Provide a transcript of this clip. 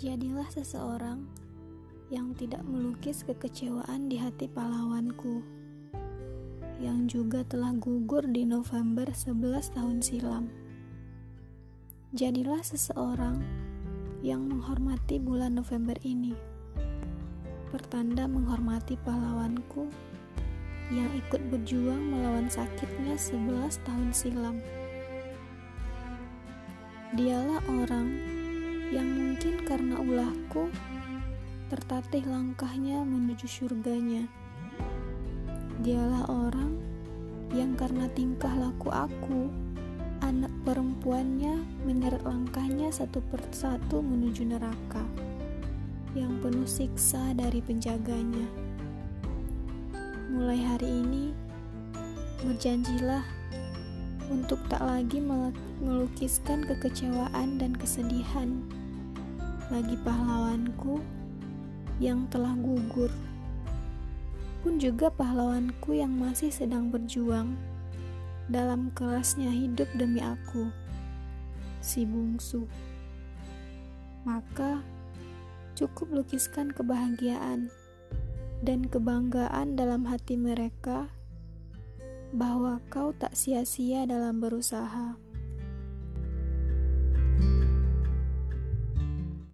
Jadilah seseorang yang tidak melukis kekecewaan di hati pahlawanku, yang juga telah gugur di November 11 tahun silam. Jadilah seseorang yang menghormati bulan November ini, pertanda menghormati pahlawanku yang ikut berjuang melawan sakitnya 11 tahun silam. Dialah orang yang mungkin karena ulahku tertatih langkahnya menuju surganya. Dialah orang yang karena tingkah laku aku, anak perempuannya menyeret langkahnya satu persatu menuju neraka yang penuh siksa dari penjaganya. Mulai hari ini, berjanjilah untuk tak lagi melukiskan kekecewaan dan kesedihan bagi pahlawanku yang telah gugur, pun juga pahlawanku yang masih sedang berjuang dalam kerasnya hidup demi aku, si bungsu. Maka cukup lukiskan kebahagiaan dan kebanggaan dalam hati mereka bahwa kau tak sia-sia dalam berusaha.